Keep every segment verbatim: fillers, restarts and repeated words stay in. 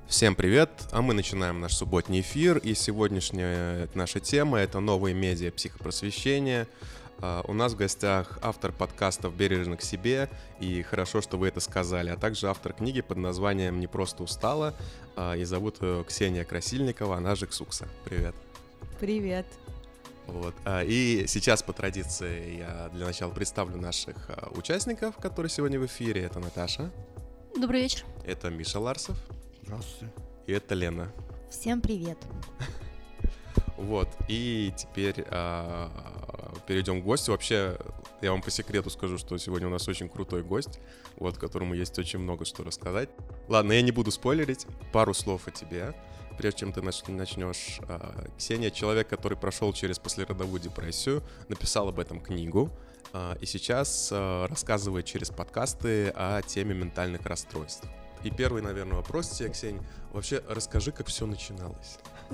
Всем привет, а мы начинаем наш субботний эфир, и сегодняшняя наша тема — это новые медиа психопросвещения. Uh, у нас в гостях автор подкастов «Бережно к себе», и хорошо, что вы это сказали, а также автор книги под названием «Не просто устала», uh, и зовут ее Ксения Красильникова, она же Ксукса. Привет. Привет. Вот. Uh, и сейчас по традиции я для начала представлю наших uh, участников, которые сегодня в эфире. Это Наташа. Добрый вечер. Это Миша Ларсов. Здравствуйте. И это Лена. Всем привет. Вот, и теперь а, перейдем к гостю. Вообще, я вам по секрету скажу, что сегодня у нас очень крутой гость, вот, которому есть очень много что рассказать. Ладно, я не буду спойлерить. Пару слов о тебе, прежде чем ты начнешь. А, Ксения — человек, который прошел через послеродовую депрессию, написал об этом книгу, а, и сейчас а, рассказывает через подкасты о теме ментальных расстройств. И первый, наверное, вопрос тебе, Ксения. Вообще, расскажи, как все начиналось.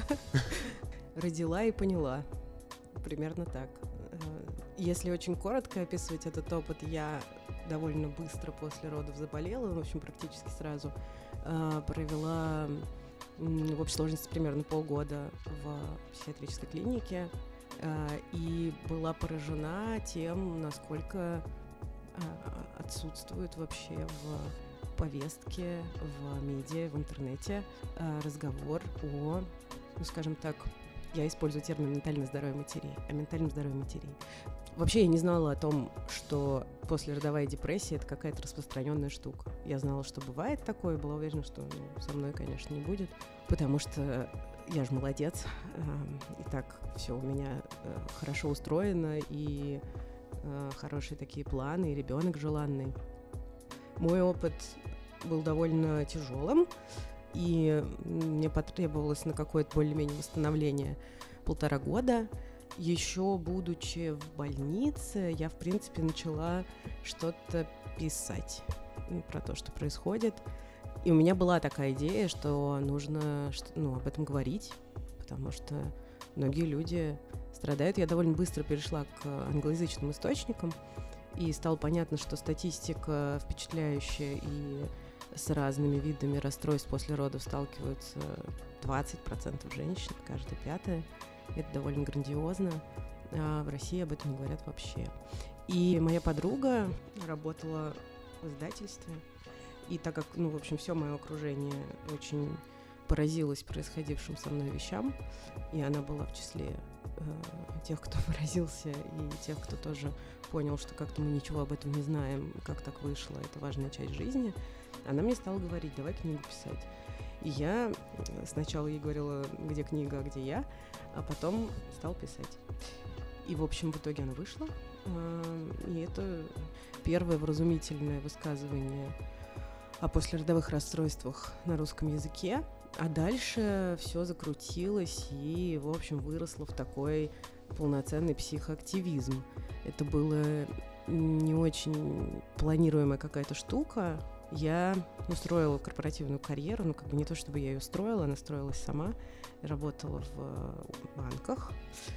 Родила и поняла. Примерно так. Если очень коротко описывать этот опыт, я довольно быстро после родов заболела, в общем, практически сразу. Провела в общей сложности примерно полгода в психиатрической клинике и была поражена тем, насколько отсутствует вообще в повестке, в медиа, в интернете разговор о, ну, скажем так, я использую термин «ментальное здоровье матерей», о ментальном здоровье матерей. Вообще я не знала о том, что послеродовая депрессия — это какая-то распространенная штука. Я знала, что бывает такое, была уверена, что ну, со мной, конечно, не будет, потому что я же молодец, и так все у меня хорошо устроено, и хорошие такие планы, и ребенок желанный. Мой опыт был довольно тяжелым, и мне потребовалось на какое-то более-менее восстановление полтора года. Еще будучи в больнице, я, в принципе, начала что-то писать про то, что происходит. И у меня была такая идея, что нужно ну, об этом говорить, потому что многие люди страдают. Я довольно быстро перешла к англоязычным источникам, и стало понятно, что статистика впечатляющая, и с разными видами расстройств после родов сталкиваются двадцать процентов женщин, каждая пятая. Это довольно грандиозно. А в России об этом не говорят вообще. И моя подруга работала в издательстве. И так как, ну, в общем, все мое окружение очень поразилось происходившим со мной вещам, и она была в числе э, тех, кто поразился, и тех, кто тоже понял, что как-то мы ничего об этом не знаем, как так вышло, это важная часть жизни, она мне стала говорить: давай книгу писать. И я сначала ей говорила, где книга, а где я, а потом стала писать. И, в общем, в итоге она вышла. И это первое вразумительное высказывание о послеродовых расстройствах на русском языке. А дальше все закрутилось и, в общем, выросло в такой полноценный психоактивизм. Это было не очень планируемая какая-то штука. Я устроила корпоративную карьеру, ну, как бы не то, чтобы я ее строила, она строилась сама, работала в банках.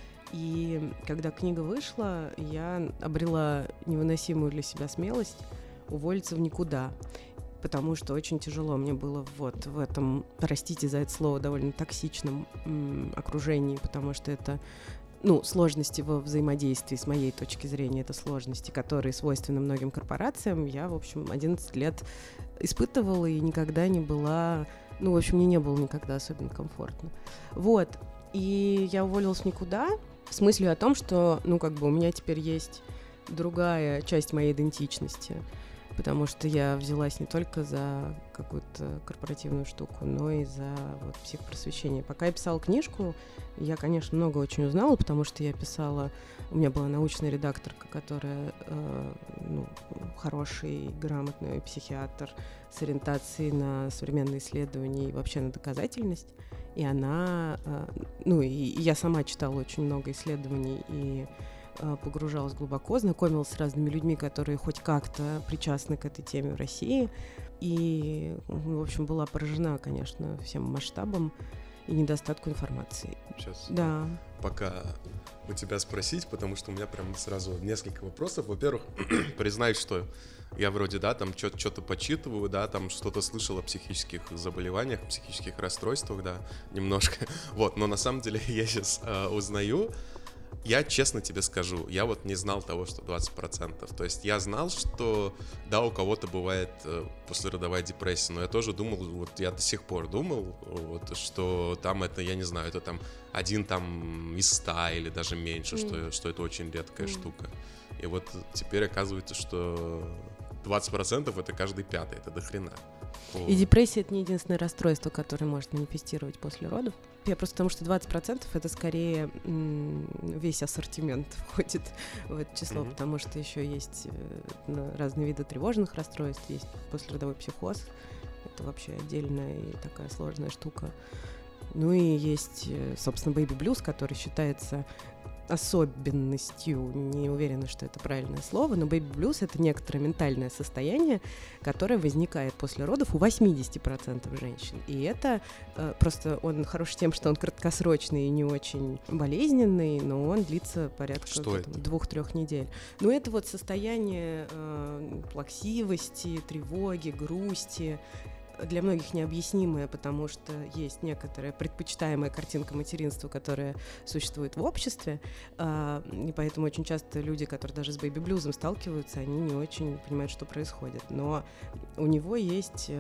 И когда книга вышла, я обрела невыносимую для себя смелость уволиться в никуда, потому что очень тяжело мне было вот в этом, простите за это слово, довольно токсичном м, окружении, потому что это ну, сложности во взаимодействии, с моей точки зрения, это сложности, которые свойственны многим корпорациям. Я, в общем, одиннадцать лет испытывала и никогда не была, ну, в общем, мне не было никогда особенно комфортно. Вот, и я уволилась в никуда с мыслью о том, что, ну, как бы у меня теперь есть другая часть моей идентичности, потому что я взялась не только за какую-то корпоративную штуку, но и за вот, психопросвещение. Пока я писала книжку, я, конечно, много очень узнала, потому что я писала... У меня была научная редакторка, которая э, ну, хороший, грамотный психиатр с ориентацией на современные исследования и вообще на доказательность. И она... Э, ну, и, и я сама читала очень много исследований и погружалась глубоко, знакомилась с разными людьми, которые хоть как-то причастны к этой теме в России. И, в общем, была поражена, конечно, всем масштабом. и недостатку информации. Сейчас. Да. Пока у тебя спросить, потому что у меня прям сразу несколько вопросов. Во-первых, признаюсь, что я вроде, да, там что-то почитываю, да, там что-то слышал о психических заболеваниях, психических расстройствах, да, немножко. Вот, но на самом деле я сейчас э, узнаю. Я честно тебе скажу, я вот не знал того, что двадцать процентов. То есть я знал, что да, у кого-то бывает э, послеродовая депрессия, но я тоже думал, вот я до сих пор думал, вот, что там это, я не знаю, это там один там из ста или даже меньше, mm. что, что это очень редкая mm. штука. И вот теперь оказывается, что двадцать процентов это каждый пятый, это до хрена. И депрессия — это не единственное расстройство, которое может манифестировать после родов. Я просто потому, что двадцать процентов это скорее м, весь ассортимент входит в это число, mm-hmm. потому что еще есть э, разные виды тревожных расстройств, есть послеродовой психоз, это вообще отдельная и такая сложная штука. Ну и есть, собственно, бэйби-блюз, который считается особенностью, не уверена, что это правильное слово, но бэйби-блюз — это некоторое ментальное состояние, которое возникает после родов у восемьдесят процентов женщин. И это э, просто он хорош тем, что он краткосрочный и не очень болезненный, но он длится порядка двух-трех недель. Но это вот состояние э, плаксивости, тревоги, грусти, для многих необъяснимое, потому что есть некоторая предпочитаемая картинка материнства, которая существует в обществе, и поэтому очень часто люди, которые даже с бэйби-блюзом сталкиваются, они не очень понимают, что происходит. Но у него есть...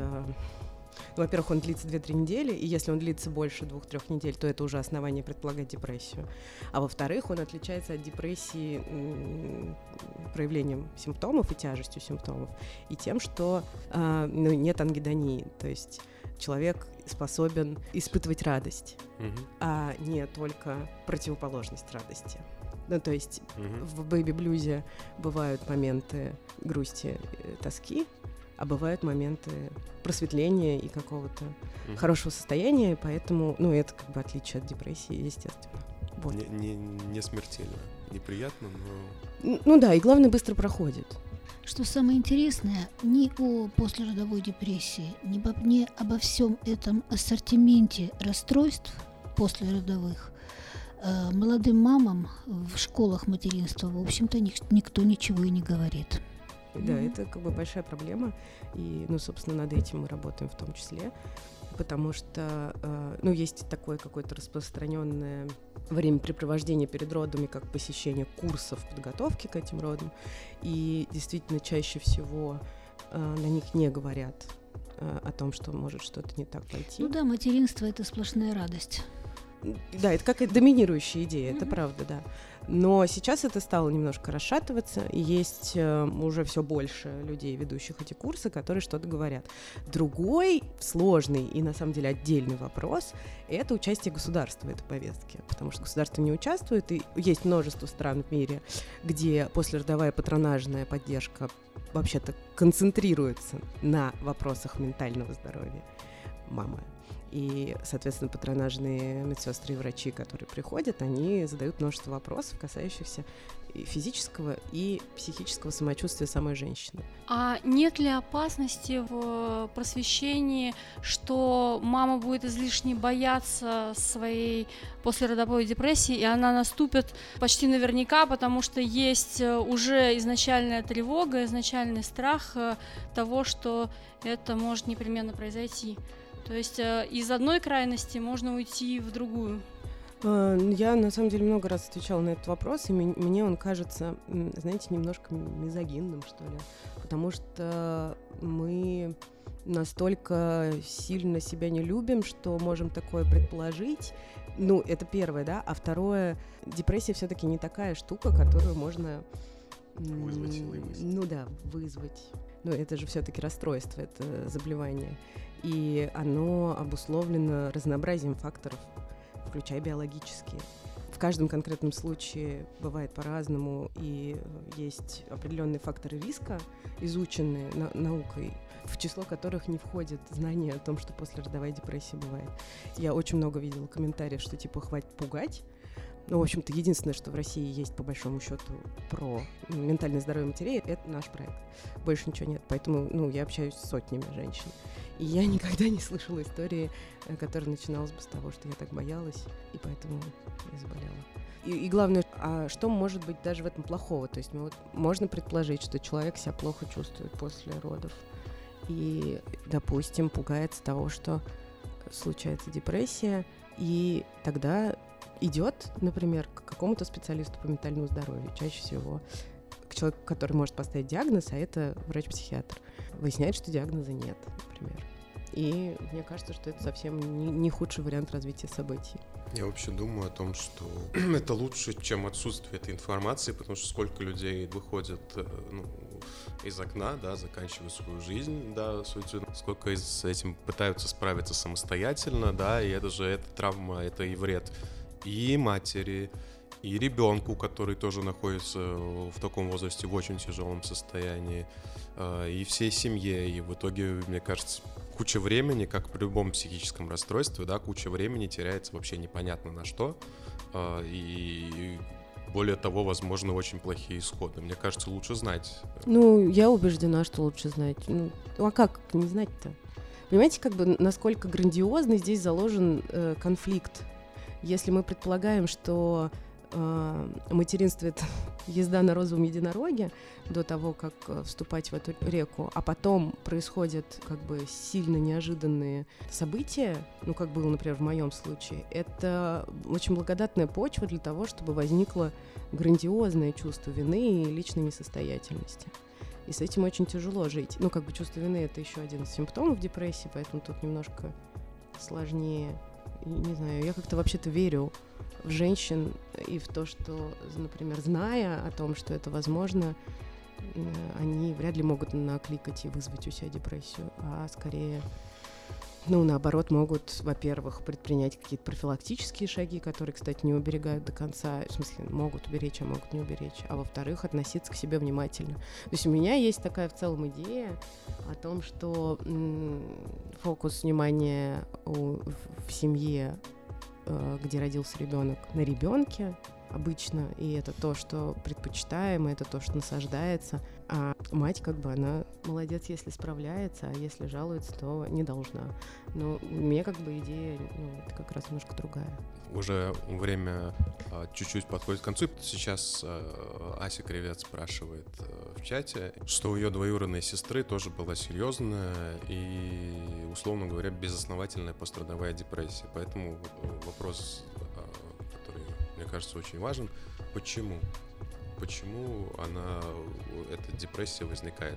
Ну, во-первых, он длится две-три недели, и если он длится больше двух-трех недель, то это уже основание предполагать депрессию. А во-вторых, он отличается от депрессии м- проявлением симптомов и тяжестью симптомов, и тем, что э, ну, нет ангидонии, то есть человек способен испытывать радость, mm-hmm. а не только противоположность радости. Ну, то есть mm-hmm. в бэйби-блюзе бывают моменты грусти, тоски, а бывают моменты просветления и какого-то mm-hmm. хорошего состояния, поэтому, ну, это как бы отличие от депрессии, естественно. Вот. Не, не, не смертельно, неприятно, но... Ну, ну да, и главное, быстро проходит. Что самое интересное, ни о послеродовой депрессии, ни, бо, ни обо всем этом ассортименте расстройств послеродовых э, молодым мамам в школах материнства, в общем-то, ник- никто ничего и не говорит. Да, mm-hmm. это как бы большая проблема, и, ну, собственно, над этим мы работаем в том числе, потому что, э, ну, есть такое какое-то распространенное времяпрепровождение перед родами, как посещение курсов подготовки к этим родам, и действительно чаще всего э, на них не говорят э, о том, что может что-то не так пойти. Ну да, материнство — это сплошная радость. Да, это как доминирующая идея, mm-hmm. это правда, да. Но сейчас это стало немножко расшатываться, и есть э, уже все больше людей, ведущих эти курсы, которые что-то говорят. Другой сложный и, на самом деле, отдельный вопрос — это участие государства в этой повестке, потому что государство не участвует, и есть множество стран в мире, где послеродовая патронажная поддержка вообще-то концентрируется на вопросах ментального здоровья мамы. И, соответственно, патронажные медсестры и врачи, которые приходят, они задают множество вопросов, касающихся и физического и психического самочувствия самой женщины. А нет ли опасности в просвещении, что мама будет излишне бояться своей послеродовой депрессии, и она наступит почти наверняка, потому что есть уже изначальная тревога, изначальный страх того, что это может непременно произойти? То есть э, из одной крайности можно уйти в другую. Я, на самом деле, много раз отвечала на этот вопрос, и мне он кажется, знаете, немножко мизогинным, что ли, потому что мы настолько сильно себя не любим, что можем такое предположить. Ну, это первое, да, а второе, депрессия все-таки не такая штука, которую можно... Вызвать силой мысли. Ну да, вызвать. Ну, это же все-таки расстройство, это заболевание. И оно обусловлено разнообразием факторов, включая биологические. В каждом конкретном случае бывает по-разному, и есть определенные факторы риска, изученные на- наукой, в число которых не входит знание о том, что послеродовая депрессия бывает. Я очень много видела комментариев, что типа «хватит пугать», Ну, в общем-то, единственное, что в России есть, по большому счету, про ментальное здоровье матерей, это наш проект. Больше ничего нет. Поэтому, ну, я общаюсь с сотнями женщин. И я никогда не слышала истории, которая начиналась бы с того, что я так боялась, и поэтому я заболела. И, и главное, а что может быть даже в этом плохого? То есть ну, вот можно предположить, что человек себя плохо чувствует после родов и, допустим, пугается того, что случается депрессия, и тогда идет, например, к какому-то специалисту по ментальному здоровью, чаще всего к человеку, который может поставить диагноз, а это врач-психиатр. Выясняет, что диагноза нет, например. И мне кажется, что это совсем не, не худший вариант развития событий. Я вообще думаю о том, что это лучше, чем отсутствие этой информации, потому что сколько людей выходят ну, из окна, да, заканчивают свою жизнь, да, суицидом, сколько с этим пытаются справиться самостоятельно, да, и это же это травма, это и вред и матери, и ребенку, который тоже находится в таком возрасте в очень тяжелом состоянии, и всей семье, и в итоге, мне кажется, куча времени, как при любом психическом расстройстве, да, куча времени теряется вообще непонятно на что, и более того, возможно, очень плохие исходы. Мне кажется, лучше знать. Ну, я убеждена, что лучше знать. Ну, а как не знать-то? Понимаете, как бы насколько грандиозный здесь заложен э, конфликт. Если мы предполагаем, что э, материнство — это езда на розовом единороге до того, как э, вступать в эту реку, а потом происходят как бы сильно неожиданные события, ну, как было, например, в моем случае, это очень благодатная почва для того, чтобы возникло грандиозное чувство вины и личной несостоятельности. И с этим очень тяжело жить. Ну, как бы чувство вины — это еще один из симптомов депрессии, поэтому тут немножко сложнее. И, не знаю, я как-то вообще-то верю в женщин и в то, что, например, зная о том, что это возможно, они вряд ли могут накликать и вызвать у себя депрессию, а скорее, ну, наоборот, могут, во-первых, предпринять какие-то профилактические шаги, которые, кстати, не уберегают до конца, в смысле, могут уберечь, а могут не уберечь, а во-вторых, относиться к себе внимательно. То есть у меня есть такая в целом идея о том, что м- фокус внимания у, в, в семье, э, где родился ребенок, на ребенке обычно, и это то, что предпочитаем, и это то, что насаждается, а мать, как бы, она молодец, если справляется, а если жалуется, то не должна. Но у меня, как бы, идея, ну, это как раз немножко другая. Уже время а, чуть-чуть подходит к концу. Сейчас а, Ася Кривец спрашивает а, в чате, что у ее двоюродной сестры тоже была серьезная и, условно говоря, безосновательная пострадовая депрессия. Поэтому вопрос, а, который, мне кажется, очень важен. Почему? Почему она, эта депрессия возникает?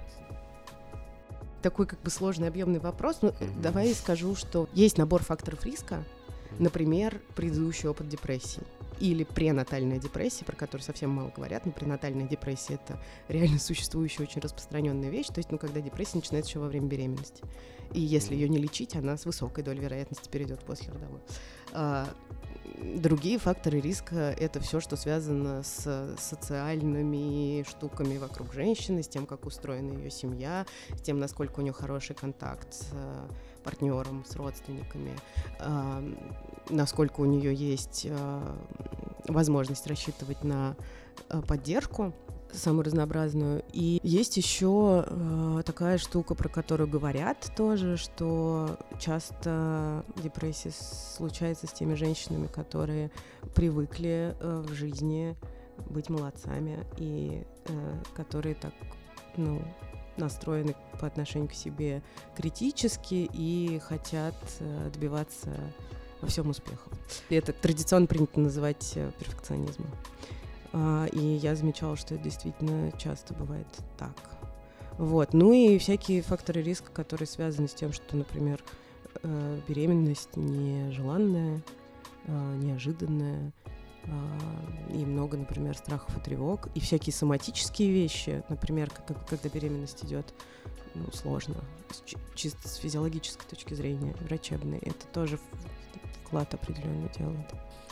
Такой как бы сложный, объемный вопрос. Ну, mm-hmm. давай я скажу, что есть набор факторов риска, mm-hmm. например, предыдущий опыт депрессии или пренатальная депрессия, про которую совсем мало говорят, но пренатальная депрессия — это реально существующая, очень распространенная вещь, то есть, ну, когда депрессия начинается еще во время беременности. И если mm-hmm. ее не лечить, она с высокой долей вероятности перейдет после родовой. А, другие факторы риска — это все, что связано с социальными штуками вокруг женщины, с тем, как устроена ее семья, с тем, насколько у нее хороший контакт с партнером, с родственниками, э, насколько у нее есть э, возможность рассчитывать на э, поддержку самую разнообразную. И есть еще э, такая штука, про которую говорят тоже, что часто депрессия случается с теми женщинами, которые привыкли э, в жизни быть молодцами и э, которые так, ну, настроены по отношению к себе критически и хотят э, добиваться во всем успехов. И это традиционно принято называть э, перфекционизмом. Uh, и я замечала, что это действительно часто бывает так. Вот. Ну и всякие факторы риска, которые связаны с тем, что, например, э, беременность нежеланная, э, неожиданная, э, и много, например, страхов и тревог, и всякие соматические вещи, например, как, когда беременность идет, ну, сложно, с, чисто с физиологической точки зрения, врачебной, это тоже вклад определенный делает.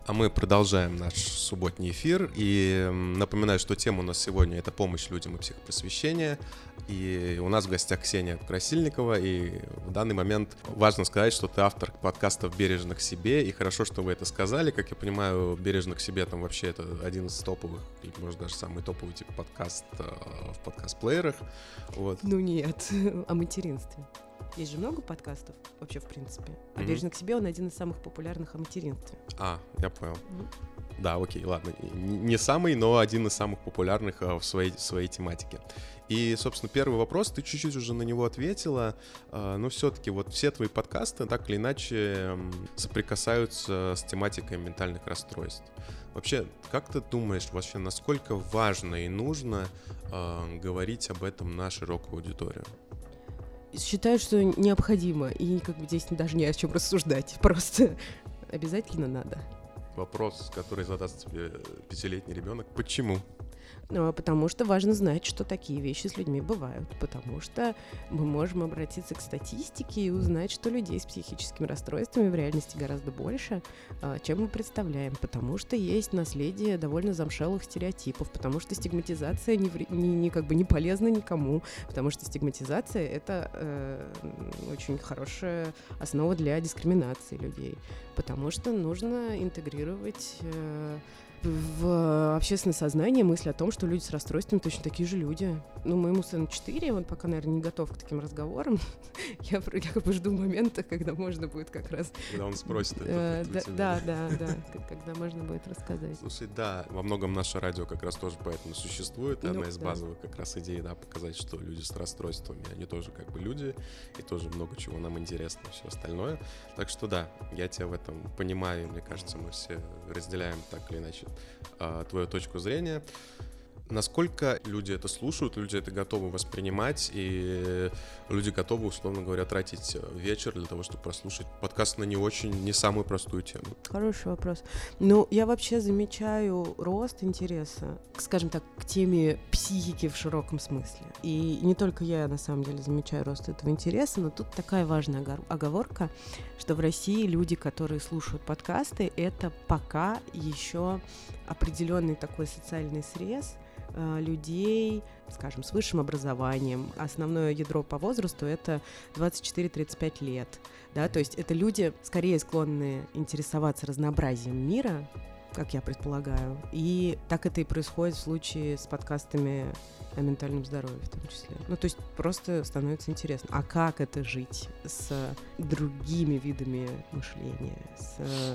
А мы продолжаем наш субботний эфир. И напоминаю, что тема у нас сегодня — это помощь людям и психопросвещение. И у нас в гостях Ксения Красильникова. И в данный момент важно сказать, что ты автор подкастов «Бережно к себе». И хорошо, что вы это сказали. Как я понимаю, «Бережно к себе» там вообще это один из топовых, или может даже самый топовый тип подкаст в подкаст-плеерах. Вот. Ну нет, о материнстве. Есть же много подкастов вообще, в принципе. А mm-hmm. «Бережно к себе» он один из самых популярных о материнстве. А, я понял. Mm-hmm. Да, окей, ладно. Не самый, но один из самых популярных в своей, своей тематике. И, собственно, первый вопрос, ты чуть-чуть уже на него ответила, но все-таки вот все твои подкасты так или иначе соприкасаются с тематикой ментальных расстройств. Вообще, как ты думаешь, вообще, насколько важно и нужно э, говорить об этом на широкую аудиторию? Считаю, что необходимо, и как бы здесь даже не о чем рассуждать, просто обязательно надо. Вопрос, который задаст тебе пятилетний ребенок: почему? Ну, потому что важно знать, что такие вещи с людьми бывают, потому что мы можем обратиться к статистике и узнать, что людей с психическими расстройствами в реальности гораздо больше, чем мы представляем, потому что есть наследие довольно замшелых стереотипов, потому что стигматизация не, не, не, как бы не полезна никому, потому что стигматизация — это э, очень хорошая основа для дискриминации людей, потому что нужно интегрировать э, в общественное сознание мысль о том, что люди с расстройствами точно такие же люди. Ну, моему сыну четыре, он пока, наверное, не готов к таким разговорам. Я, я как бы жду момента, когда можно будет как раз... Когда он спросит это. Э, да, да, да, да, когда можно будет рассказать. Слушай, да, во многом наше радио как раз тоже поэтому существует. Ну, одна из да. базовых как раз идей, да, показать, что люди с расстройствами, они тоже как бы люди, и тоже много чего нам интересно, и все остальное. Так что да, я тебя в этом понимаю, и мне кажется, мы все разделяем так или иначе твою точку зрения. Насколько люди это слушают, люди это готовы воспринимать, и люди готовы, условно говоря, тратить вечер для того, чтобы прослушать подкаст на не очень, не самую простую тему? Хороший вопрос. Ну, я вообще замечаю рост интереса, скажем так, к теме психики в широком смысле. И не только я, на самом деле, замечаю рост этого интереса, но тут такая важная оговорка, что в России люди, которые слушают подкасты, это пока еще определенный такой социальный срез людей, скажем, с высшим образованием. Основное ядро по возрасту — это двадцать четыре тридцать пять лет. Да? То есть это люди, скорее склонные интересоваться разнообразием мира, как я предполагаю. И так это и происходит в случае с подкастами о ментальном здоровье в том числе. Ну, то есть просто становится интересно, а как это жить с другими видами мышления, с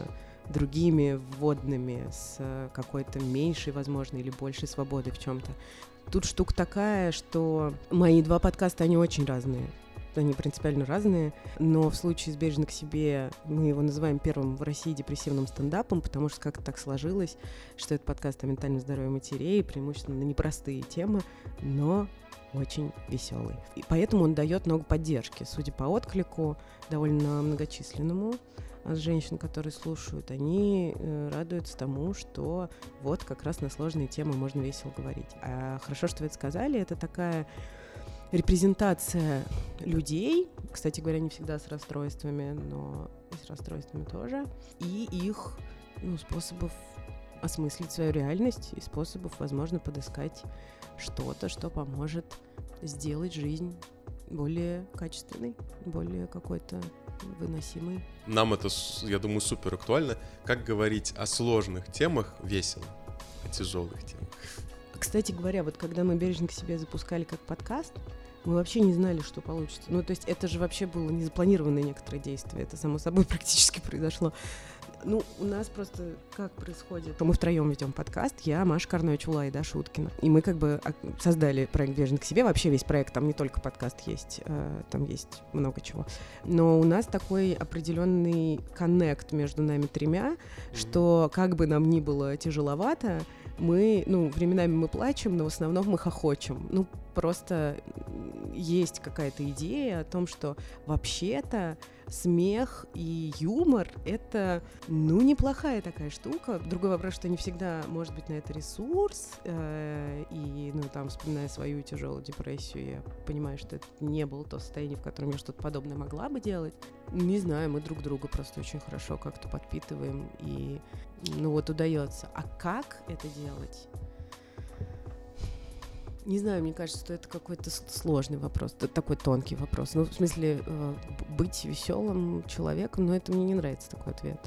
другими вводными, с какой-то меньшей, возможно, или большей свободой в чем-то. Тут штука такая, что мои два подкаста, они очень разные. Они принципиально разные, но в случае с «Бережно к себе» мы его называем первым в России депрессивным стендапом, потому что как-то так сложилось, что это подкаст о ментальном здоровье матерей, преимущественно на непростые темы, но очень веселый. И поэтому он дает много поддержки, судя по отклику, довольно многочисленному. От женщин, которые слушают, они э, радуются тому, что вот как раз на сложные темы можно весело говорить. А хорошо, что вы это сказали, это такая репрезентация людей, кстати говоря, не всегда с расстройствами, но и с расстройствами тоже, и их ну, способов осмыслить свою реальность и способов, возможно, подыскать что-то, что поможет сделать жизнь более качественной, более какой-то выносимый. Нам это, я думаю, супер актуально. Как говорить о сложных темах весело, о тяжелых темах? Кстати говоря, вот когда мы «Бережно к себе» запускали как подкаст, мы вообще не знали, что получится. Ну, то есть это же вообще было незапланированное некоторое действие. Это, само собой, практически произошло. Ну, у нас просто как происходит? Мы втроем ведем подкаст. Я, Маша Карнович-Ула и Даша Шуткина. И мы как бы создали проект «Бережно к себе». Вообще весь проект, там не только подкаст есть, там есть много чего. Но у нас такой определенный коннект между нами тремя, mm-hmm. что как бы нам ни было тяжеловато, мы, ну, временами мы плачем, но в основном мы хохочем. Ну, просто есть какая-то идея о том, что вообще-то смех и юмор — это, ну, неплохая такая штука. Другой вопрос, что не всегда может быть на это ресурс, э, и, ну, там, вспоминая свою тяжелую депрессию, я понимаю, что это не было то состояние, в котором я что-то подобное могла бы делать. Не знаю, мы друг друга просто очень хорошо как-то подпитываем, и, ну, вот удается. А как это делать? Не знаю, мне кажется, что это какой-то сложный вопрос, такой тонкий вопрос. Ну, в смысле, быть веселым человеком, но это мне не нравится такой ответ.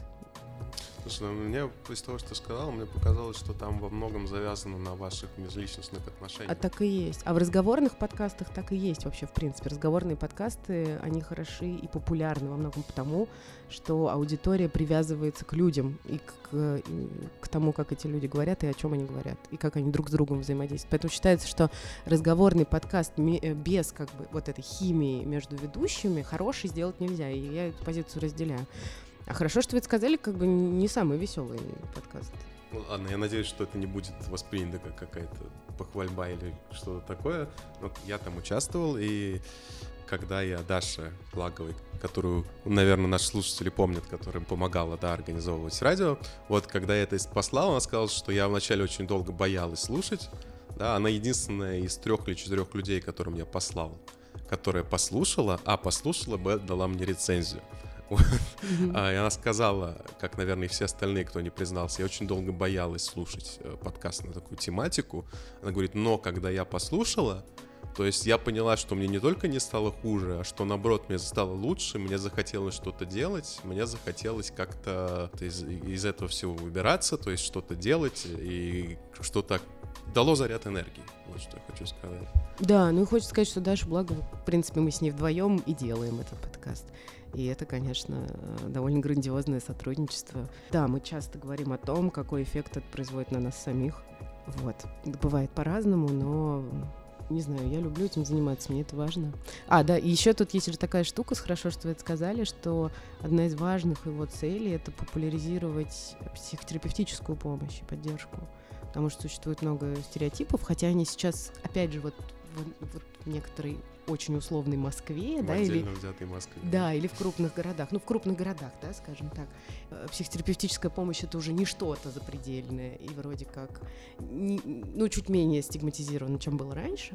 Слушай, ну, мне из того, что ты сказала, мне показалось, что там во многом завязано на ваших межличностных отношениях. А так и есть. А в разговорных подкастах так и есть вообще, в принципе. Разговорные подкасты, они хороши и популярны во многом потому, что аудитория привязывается к людям и к, и к тому, как эти люди говорят и о чем они говорят, и как они друг с другом взаимодействуют. Поэтому считается, что разговорный подкаст без как бы вот этой химии между ведущими хороший сделать нельзя, и я эту позицию разделяю. А хорошо, что вы это сказали, как бы не самый веселый подкаст. Ну, ладно, я надеюсь, что это не будет воспринято как какая-то похвальба или что-то такое. Но я там участвовал, и когда я Даше Благовой, которую, наверное, наши слушатели помнят, которая помогала, да, организовывать радио, вот когда я это послал, она сказала, что я вначале очень долго боялась слушать. Да, она единственная из трех или четырех людей, которым я послал, которая послушала, а послушала бы, дала мне рецензию. Mm-hmm. И она сказала, как, наверное, и все остальные, кто не признался, я очень долго боялась слушать подкаст на такую тематику. Она говорит, но когда я послушала, то есть я поняла, что мне не только не стало хуже, а что, наоборот, мне стало лучше, мне захотелось что-то делать, мне захотелось как-то из, из этого всего выбираться, то есть что-то делать, и что-то дало заряд энергии. Вот что я хочу сказать. Да, ну и хочется сказать, что Даша Благова, в принципе, мы с ней вдвоем и делаем этот подкаст. И это, конечно, довольно грандиозное сотрудничество. Да, мы часто говорим о том, какой эффект это производит на нас самих. Вот. Бывает по-разному, но, не знаю, я люблю этим заниматься, мне это важно. А, да, и еще тут есть же такая штука, хорошо, что вы это сказали, что одна из важных его целей — это популяризировать психотерапевтическую помощь и поддержку. Потому что существует много стереотипов, хотя они сейчас, опять же, вот, вот, вот в некоторой очень условной Москве, в да, или, взятой Москве. Да, или в крупных городах. Ну, в крупных городах, да, скажем так. Психотерапевтическая помощь — это уже не что-то запредельное и вроде как, не, ну, чуть менее стигматизировано, чем было раньше.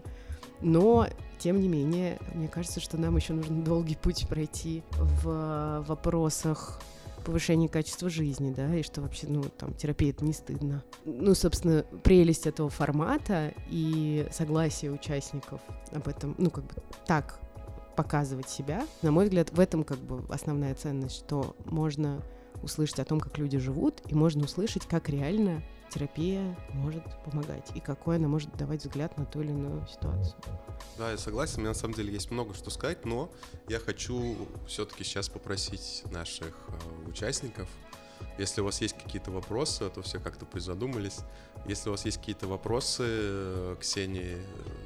Но, тем не менее, мне кажется, что нам еще нужно долгий путь пройти в вопросах повышения качества жизни, да, и что вообще, ну, там, терапия — это не стыдно. Ну, собственно, прелесть этого формата и согласие участников об этом, ну, как бы так показывать себя, на мой взгляд, в этом как бы основная ценность, что можно услышать о том, как люди живут, и можно услышать, как реально терапия может помогать, и какой она может давать взгляд на ту или иную ситуацию. Да, я согласен, у меня на самом деле есть много что сказать, но я хочу все-таки сейчас попросить наших э, участников, если у вас есть какие-то вопросы, а то все как-то призадумались, если у вас есть какие-то вопросы э, Ксении,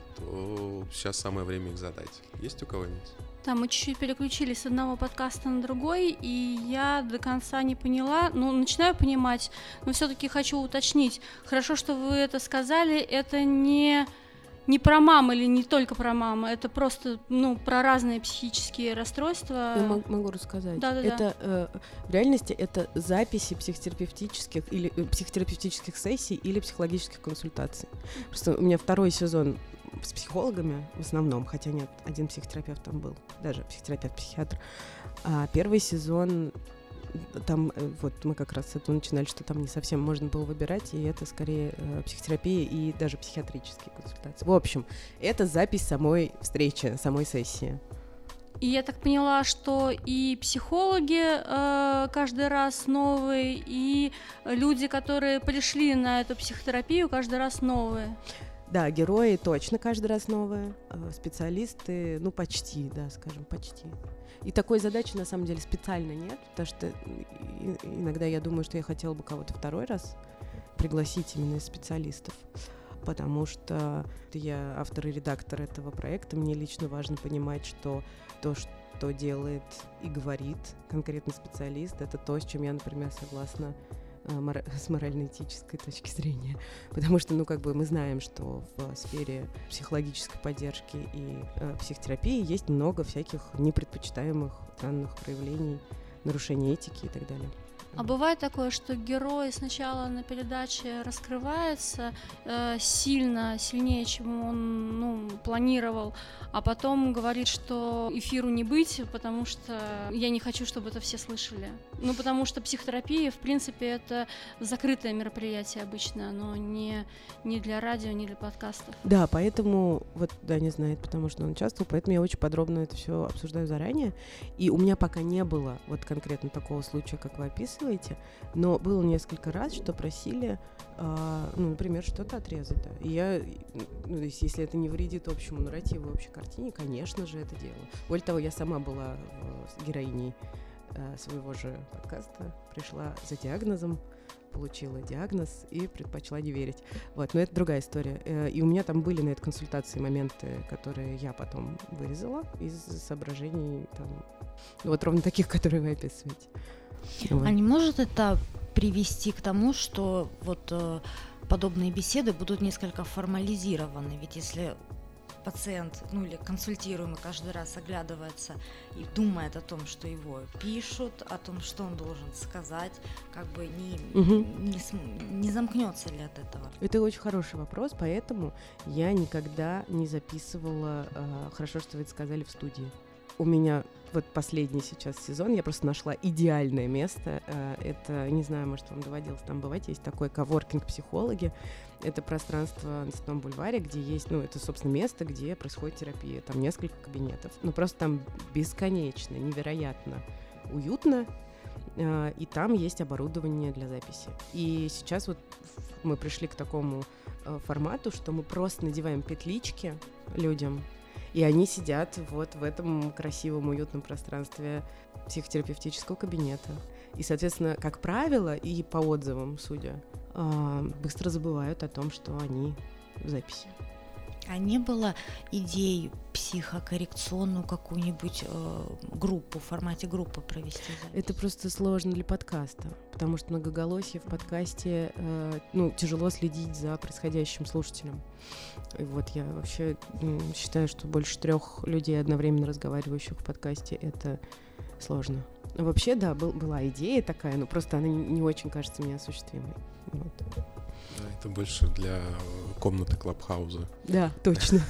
то сейчас самое время их задать. Есть у кого-нибудь? Да, мы чуть-чуть переключились с одного подкаста на другой, и я до конца не поняла, ну, начинаю понимать, но все-таки хочу уточнить. Хорошо, что вы это сказали, это не, не про маму или не только про маму, это просто, ну, про разные психические расстройства. Я м- могу рассказать. Да-да-да. Это э, в реальности это записи психотерапевтических или э, психотерапевтических сессий или психологических консультаций. Просто у меня второй сезон с психологами в основном, хотя нет, один психотерапевт там был, даже психотерапевт-психиатр. А первый сезон, там вот мы как раз с этого начинали, что там не совсем можно было выбирать, и это скорее э, психотерапия и даже психиатрические консультации. В общем, это запись самой встречи, самой сессии. И я так поняла, что и психологи э, каждый раз новые, и люди, которые пришли на эту психотерапию, каждый раз новые. Да, герои точно каждый раз новые, специалисты, ну, почти, да, скажем, почти. И такой задачи, на самом деле, специально нет, потому что иногда я думаю, что я хотела бы кого-то второй раз пригласить именно из специалистов, потому что я автор и редактор этого проекта, мне лично важно понимать, что то, что делает и говорит конкретный специалист, это то, с чем я, например, согласна с морально-этической точки зрения. Потому что, ну, как бы мы знаем, что в сфере психологической поддержки и э, психотерапии есть много всяких непредпочитаемых странных проявлений, нарушений этики и так далее. А бывает такое, что герой сначала на передаче раскрывается э, сильно, сильнее, чем он ну, планировал, а потом говорит, что эфиру не быть, потому что я не хочу, чтобы это все слышали. Ну, потому что психотерапия, в принципе, это закрытое мероприятие обычно, оно не, не для радио, не для подкастов. Да, поэтому, вот Даня знает, потому что он участвовал, поэтому я очень подробно это все обсуждаю заранее. И у меня пока не было вот конкретно такого случая, как вы описываете, но было несколько раз, что просили, э, ну, например, что-то отрезать. Да. И я, ну, то есть, если это не вредит общему нарративу, общей картине, конечно же, это делаю. Более того, я сама была в, героиней э, своего же подкаста, пришла за диагнозом, получила диагноз и предпочла не верить. Вот, но это другая история. Э, и у меня там были на этой консультации моменты, которые я потом вырезала из соображений, там, вот ровно таких, которые вы описываете. Вот. А не может это привести к тому, что вот э, подобные беседы будут несколько формализированы? Ведь если пациент, ну или консультируемый каждый раз оглядывается и думает о том, что его пишут, о том, что он должен сказать, как бы не, угу. не, не замкнется ли от этого? Это очень хороший вопрос, поэтому я никогда не записывала э, «Хорошо, что вы это сказали» в студии. У меня вот последний сейчас сезон, я просто нашла идеальное место. Это, не знаю, может, вам доводилось там бывать, есть такой коворкинг-психологи. Это пространство на Цветном бульваре, где есть, ну, это, собственно, место, где происходит терапия. Там несколько кабинетов. Ну, просто там бесконечно, невероятно уютно. И там есть оборудование для записи. И сейчас вот мы пришли к такому формату, что мы просто надеваем петлички людям, и они сидят вот в этом красивом, уютном пространстве психотерапевтического кабинета. И, соответственно, как правило, и по отзывам, судя, быстро забывают о том, что они в записи. А не было идей психокоррекционную какую-нибудь э, группу, в формате группы провести запись? Это просто сложно для подкаста, потому что многоголосие в подкасте, э, ну, тяжело следить за происходящим слушателем. И вот я вообще э, считаю, что больше трех людей, одновременно разговаривающих в подкасте, это сложно. Вообще, да, был, была идея такая, но просто она не, не очень кажется мне осуществимой. Вот. Это больше для комнаты Клабхауза. Да, точно.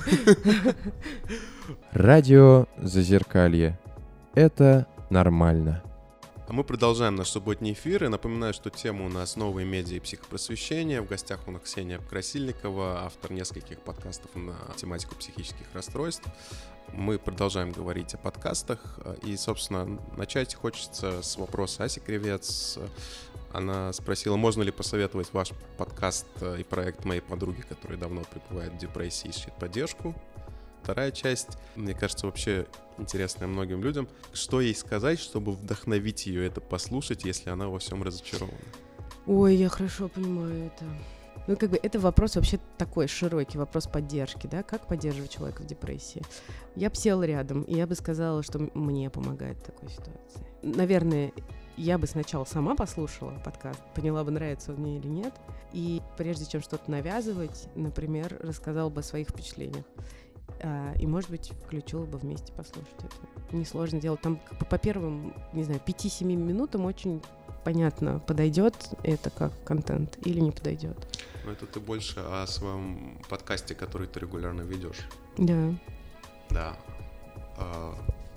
Радио Зазеркалье. Это нормально. А мы продолжаем наш субботний эфир. И напоминаю, что тема у нас новые медиа и психопросвещение. В гостях у нас Ксения Красильникова, автор нескольких подкастов на тематику психических расстройств. Мы продолжаем говорить о подкастах. И, собственно, начать хочется с вопроса Аси Кривец. Она спросила, можно ли посоветовать ваш подкаст и проект моей подруги, которая давно пребывает в депрессии, ищет поддержку. Вторая часть, мне кажется, вообще интересная многим людям. Что ей сказать, чтобы вдохновить ее это послушать, если она во всем разочарована? Ой, я хорошо понимаю это. Ну, как бы это вопрос вообще такой широкий, вопрос поддержки, да, как поддерживать человека в депрессии. Я бы села рядом, и я бы сказала, что мне помогает в такой ситуации. Наверное, я бы сначала сама послушала подкаст, поняла бы, нравится он мне или нет, и прежде чем что-то навязывать, например, рассказала бы о своих впечатлениях. А, и, может быть, включила бы вместе послушать это. Несложно делать. Там по, по первым, не знаю, пяти-семи минутам очень понятно, подойдет это как контент или не подойдет. Но это ты больше о своем подкасте, который ты регулярно ведешь. Да. Да. А,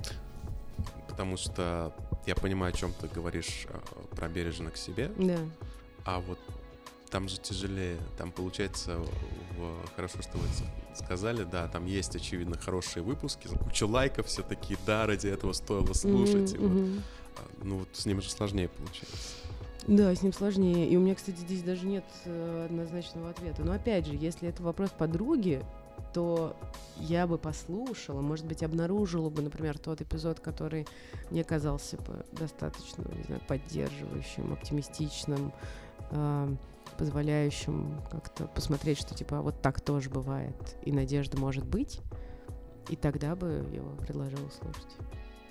потому что я понимаю, о чем ты говоришь про бережно к себе. Да. А вот там же тяжелее. Там получается, в... хорошо, что вы сказали, да, там есть, очевидно, хорошие выпуски, куча лайков, все такие, да, ради этого стоило слушать. Mm-hmm. И вот, ну вот с ним же сложнее получается. Да, с ним сложнее. И у меня, кстати, здесь даже нет э, однозначного ответа. Но опять же, если это вопрос подруги, то я бы послушала, может быть, обнаружила бы, например, тот эпизод, который мне казался бы достаточно, не знаю, поддерживающим, оптимистичным, э, позволяющим как-то посмотреть, что типа вот так тоже бывает, и надежда может быть, и тогда бы его предложила слушать.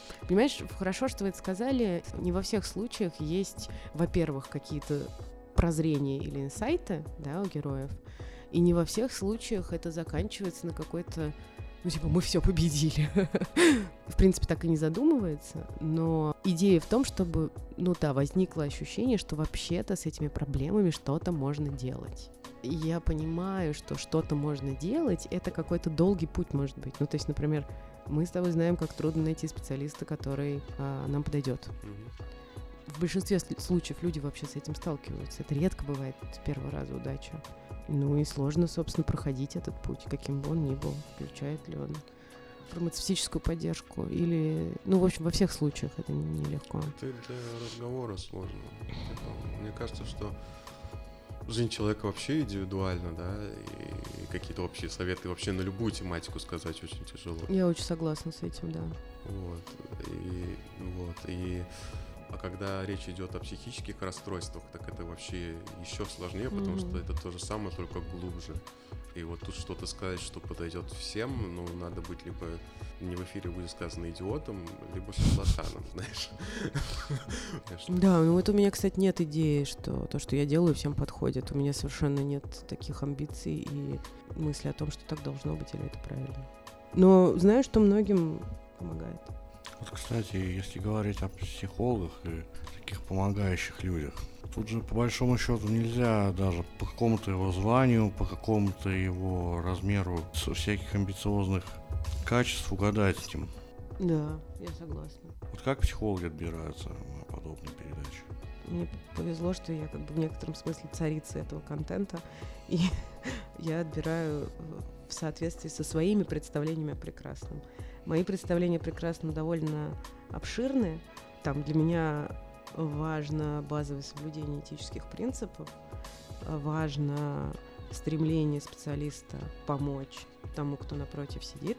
Понимаешь, хорошо, что вы это сказали. Не во всех случаях есть, во-первых, какие-то прозрения или инсайты, да, у героев, и не во всех случаях это заканчивается на какой-то, ну, типа, мы все победили. В принципе, так и не задумывается, но идея в том, чтобы, ну да, возникло ощущение, что вообще-то с этими проблемами что-то можно делать. И я понимаю, что что-то можно делать, это какой-то долгий путь, может быть. Ну, то есть, например, мы с тобой знаем, как трудно найти специалиста, который а, нам подойдет. Mm-hmm. В большинстве случаев люди вообще с этим сталкиваются. Это редко бывает с первого раза удача. Ну и сложно, собственно, проходить этот путь, каким бы он ни был. Включает ли он фармацевтическую поддержку или... Ну, в общем, во всех случаях это нелегко. Это для разговора сложно. Мне кажется, что жизнь человека вообще индивидуальна, да, и какие-то общие советы вообще на любую тематику сказать очень тяжело. Я очень согласна с этим, да. Вот, и, вот, и а когда речь идет о психических расстройствах, так это вообще еще сложнее, потому mm-hmm. что это то же самое, только глубже. И вот тут что-то сказать, что подойдет всем, ну, надо быть либо не в эфире будет сказано идиотом, либо шарлатаном, знаешь. Да, ну вот у меня, кстати, нет идеи, что то, что я делаю, всем подходит. У меня совершенно нет таких амбиций и мысли о том, что так должно быть или это правильно. Но знаю, что многим помогает. Вот, кстати, если говорить о психологах и таких помогающих людях, тут же, по большому счету, нельзя даже по какому-то его званию, по какому-то его размеру всяких амбициозных качеств угадать с ним. Да, я согласна. Вот как психологи отбираются на подобные передачи? Мне повезло, что я как бы в некотором смысле царица этого контента, и я отбираю в соответствии со своими представлениями о прекрасном. Мои представления о прекрасном довольно обширны. Там для меня важно базовое соблюдение этических принципов, важно стремление специалиста помочь тому, кто напротив сидит.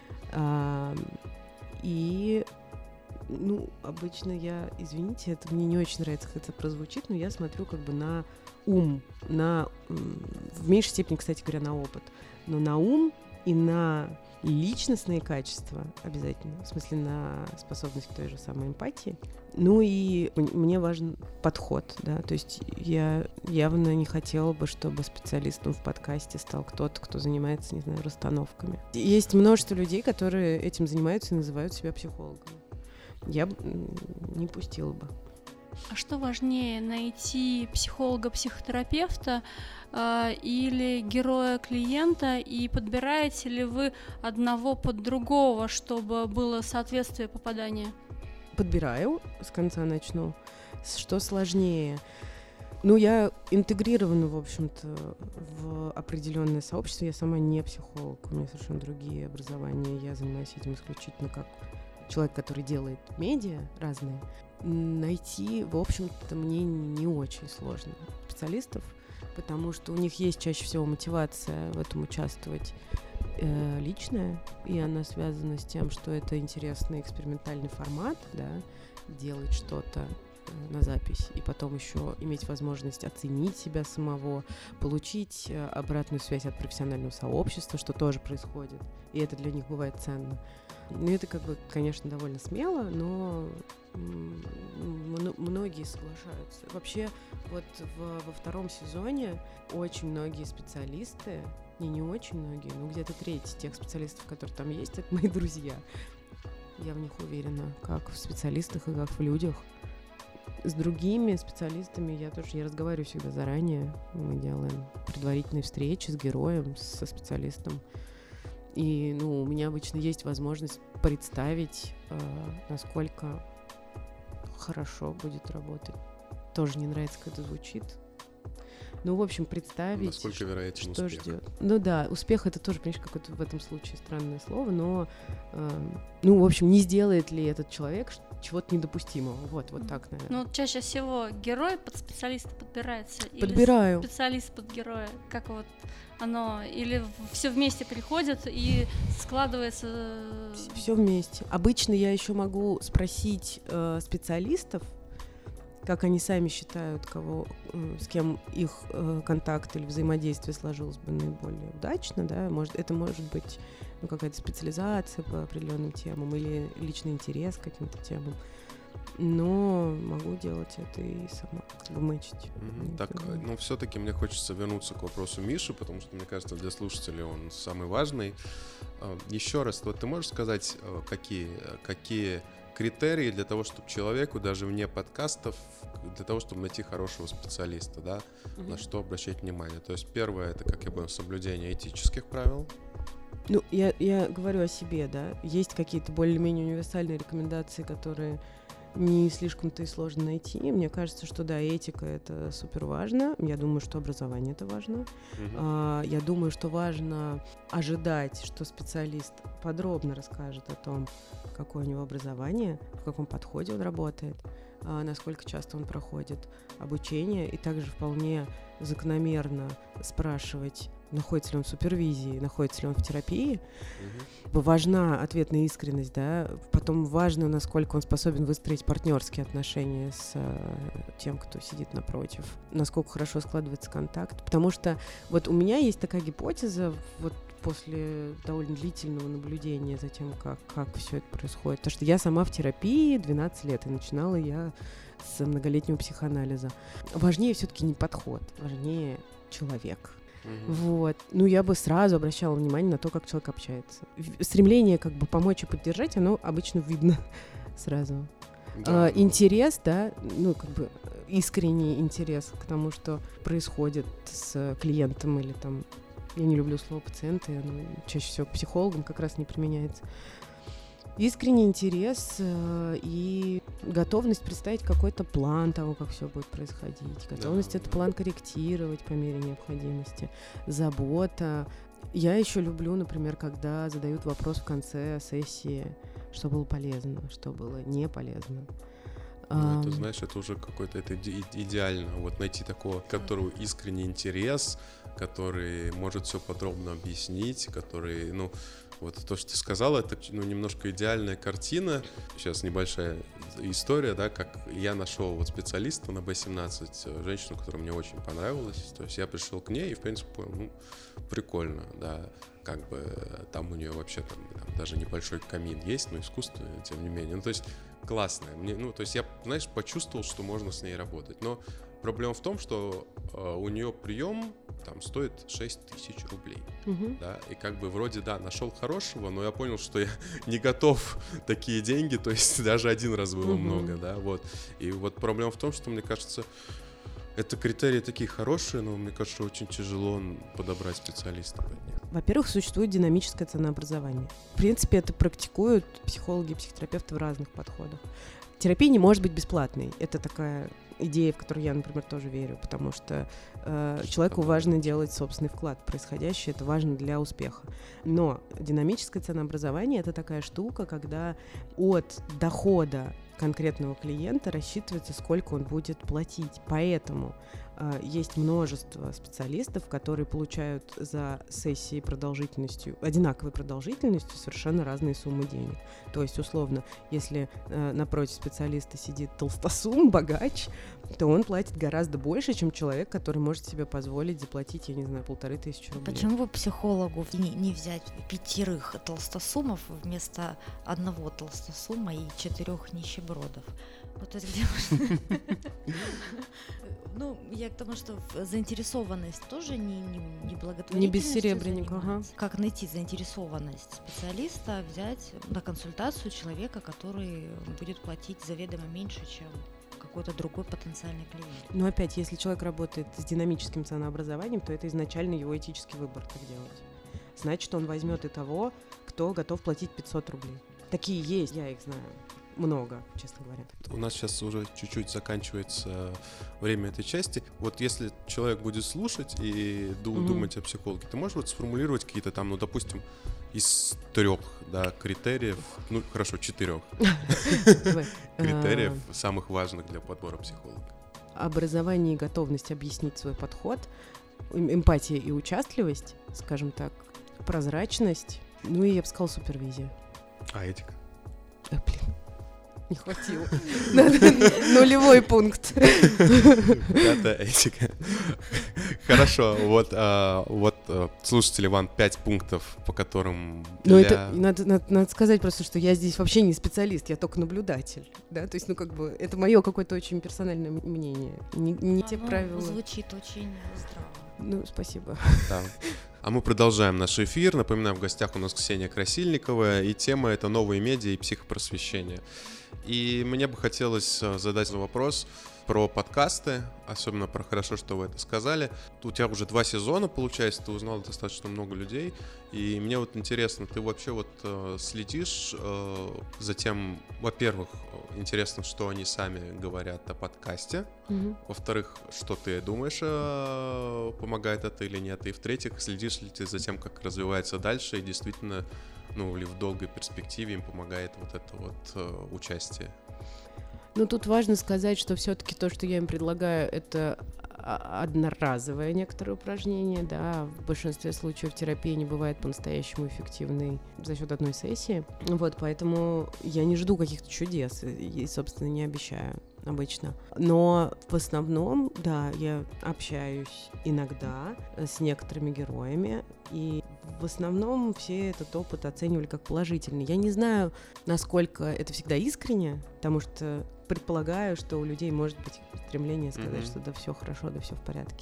И, ну, обычно я, извините, это мне не очень нравится, как это прозвучит, но я смотрю как бы на ум, на, в меньшей степени, кстати говоря, на опыт, но на ум и на личностные качества обязательно, в смысле на способность к той же самой эмпатии. Ну и мне важен подход, да, то есть я явно не хотела бы, чтобы специалистом в подкасте стал кто-то, кто занимается, не знаю, расстановками. Есть множество людей, которые этим занимаются и называют себя психологами. Я бы не пустила бы. А что важнее, найти психолога-психотерапевта э, или героя-клиента, и подбираете ли вы одного под другого, чтобы было соответствие попадания? Подбираю, с конца начну. Что сложнее? Ну, я интегрирована, в общем-то, в определенное сообщество. Я сама не психолог, у меня совершенно другие образования. Я занимаюсь этим исключительно как человек, который делает медиа разные. Найти, в общем-то, мне не очень сложно специалистов, потому что у них есть чаще всего мотивация в этом участвовать э, личная, и она связана с тем, что это интересный экспериментальный формат, да, делать что-то э, на запись, и потом еще иметь возможность оценить себя самого, получить э, обратную связь от профессионального сообщества, что тоже происходит, и это для них бывает ценно. Ну, это, как бы, конечно, довольно смело, но м- многие соглашаются. Вообще, вот в, во втором сезоне очень многие специалисты, не не очень многие, но где-то треть тех специалистов, которые там есть, это мои друзья. Я в них уверена, как в специалистах и как в людях. С другими специалистами я тоже, я разговариваю всегда заранее. Мы делаем предварительные встречи с героем, со специалистом. И, ну, у меня обычно есть возможность представить, э, насколько хорошо будет работать. Тоже не нравится, как это звучит. Ну, в общем, представить, насколько вероятен что успех. ждет. Ну да, успех — это тоже, конечно, какое-то в этом случае странное слово, но, э, ну, в общем, не сделает ли этот человек чего-то недопустимого. Вот, вот так, наверное. Ну, чаще всего герой под специалиста подбирается? Подбираю. Или специалист под героя? Как вот оно? Или все вместе приходят и складывается... Все вместе. Обычно я еще могу спросить э, специалистов, как они сами считают, кого, с кем их э, контакт или взаимодействие сложилось бы наиболее удачно, да, может, это может быть ну, какая-то специализация по определенным темам или личный интерес к каким-то темам. Но могу делать это и сама, как бы мэчить. Mm-hmm. Так, ну, все-таки мне хочется вернуться к вопросу Миши, потому что, мне кажется, для слушателей он самый важный. Еще раз, вот ты можешь сказать, какие, какие критерии для того, чтобы человеку, даже вне подкастов, для того, чтобы найти хорошего специалиста, да, mm-hmm. на что обращать внимание? То есть первое, это, как я понял, соблюдение этических правил. Ну, я, я говорю о себе, да. Есть какие-то более-менее универсальные рекомендации, которые не слишком-то и сложно найти. Мне кажется, что да, этика — это супер важно. Я думаю, что образование — это важно. Uh-huh. А, я думаю, что важно ожидать, что специалист подробно расскажет о том, какое у него образование, в каком подходе он работает, а, насколько часто он проходит обучение, и также вполне закономерно спрашивать, находится ли он в супервизии, находится ли он в терапии. Uh-huh. Важна ответная искренность, да. Потом важно, насколько он способен выстроить партнерские отношения с э, тем, кто сидит напротив, насколько хорошо складывается контакт. Потому что вот у меня есть такая гипотеза, вот после довольно длительного наблюдения за тем, как, как все это происходит. Потому что я сама в терапии двенадцать лет, и начинала я с многолетнего психоанализа. Важнее все-таки не подход, важнее человек. Mm-hmm. Вот. Ну, я бы сразу обращала внимание на то, как человек общается. Стремление как бы помочь и поддержать, оно обычно видно сразу. Да. А, интерес, да, ну, как бы искренний интерес к тому, что происходит с клиентом или там, я не люблю слово пациенты, оно чаще всего к психологам как раз не применяется. Искренний интерес э, и готовность представить какой-то план того, как все будет происходить. Готовность да, этот да. план корректировать по мере необходимости. Забота. Я еще люблю, например, когда задают вопрос в конце сессии, что было полезно, что было не полезно. Ну, это, знаешь, это уже какой-то это иде- идеально. Вот найти такого, которого искренний интерес, который может все подробно объяснить, который, ну, вот то, что ты сказала, это ну, немножко идеальная картина. Сейчас небольшая история, да, как я нашел вот специалиста на бэ семнадцать, женщину, которая мне очень понравилась. То есть я пришел к ней и, в принципе, понял, ну, прикольно, да, как бы там у нее вообще там, там даже небольшой камин есть, но искусственный, тем не менее. Ну, то есть классная. Мне, ну, то есть я, знаешь, почувствовал, что можно с ней работать. Но проблема в том, что э, у нее прием там стоит шесть тысяч рублей. Uh-huh. Да, и как бы вроде, да, нашел хорошего, но я понял, что я не готов такие деньги, то есть даже один раз было uh-huh. много, да, вот. И вот проблема в том, что, мне кажется, это критерии такие хорошие, но мне кажется, очень тяжело подобрать специалиста под них. Во-первых, существует динамическое ценообразование. В принципе, это практикуют психологи и психотерапевты в разных подходах. Терапия не может быть бесплатной. Это такая идея, в которую я, например, тоже верю, потому что э, человеку важно делать собственный вклад в происходящее, это важно для успеха. Но динамическое ценообразование — это такая штука, когда от дохода конкретного клиента рассчитывается, сколько он будет платить. Поэтому э, есть множество специалистов, которые получают за сессии продолжительностью, одинаковой продолжительностью совершенно разные суммы денег. То есть, условно, если э, напротив специалиста сидит толстосум, богач, то он платит гораздо больше, чем человек, который может себе позволить заплатить, я не знаю, полторы тысячи рублей. Почему бы психологу не, не взять пятерых толстосумов вместо одного толстосума и четырех нищебродов? Вот это где Ну, я к тому, что заинтересованность тоже не, не, не благотворительность. Не бессеребренник, ага. Как найти заинтересованность специалиста, взять на консультацию человека, который будет платить заведомо меньше, чем какой-то другой потенциальный клиент. Но опять, если человек работает с динамическим ценообразованием, то это изначально его этический выбор так делать. Значит, он возьмет и того, кто готов платить пятьсот рублей. Такие есть, я их знаю. Много, честно говоря. У нас сейчас уже чуть-чуть заканчивается время этой части. Вот если человек будет слушать и ду- mm-hmm. думать о психологе, ты можешь вот сформулировать какие-то там, ну, допустим, из трех, да, критериев, ну, хорошо, четырех критериев самых важных для подбора психолога? Образование и готовность объяснить свой подход, эмпатия и участливость, скажем так, прозрачность, ну и, я бы сказала, супервизия. А этика? А, блин. Не хватило. Нулевой пункт. Пятая этика. Хорошо, вот, а, вот, а, слушатели, Иван, пять пунктов, по которым... Ну, для... это надо, надо, надо сказать просто, что я здесь вообще не специалист, я только наблюдатель, да, то есть, ну, как бы, это мое какое-то очень персональное мнение, не, не те Оно правила. звучит очень здраво. Ну, спасибо. Да. А мы продолжаем наш эфир. Напоминаю, в гостях у нас Ксения Красильникова, и тема — это новые медиа и психопросвещение. И мне бы хотелось задать вопрос про подкасты, особенно про «Хорошо, что вы это сказали». У тебя уже два сезона, получается, ты узнал достаточно много людей, и мне вот интересно, ты вообще вот э, следишь э, за тем, во-первых, интересно, что они сами говорят о подкасте, Мгм. во-вторых, что ты думаешь, э, помогает это или нет, и в-третьих, следишь ли ты за тем, как развивается дальше, и действительно, ну, ли в долгой перспективе им помогает вот это вот э, участие. Ну, тут важно сказать, что все-таки то, что я им предлагаю, это а- одноразовое некоторое упражнение, да, в большинстве случаев терапия не бывает по-настоящему эффективной за счет одной сессии, вот, поэтому я не жду каких-то чудес и, и, собственно, не обещаю обычно. Но в основном, да, я общаюсь иногда с некоторыми героями, и в основном все этот опыт оценивали как положительный. Я не знаю, насколько это всегда искренне, потому что предполагаю, что у людей может быть стремление сказать, Мгм. что да, все хорошо, да, все в порядке.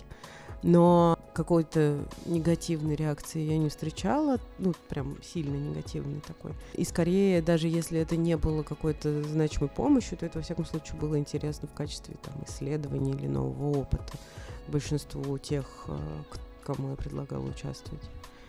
Но какой-то негативной реакции я не встречала, ну, прям сильно негативной такой. И скорее, даже если это не было какой-то значимой помощью, то это, во всяком случае, было интересно в качестве там, исследования или нового опыта большинству тех, э, к- кому я предлагала участвовать.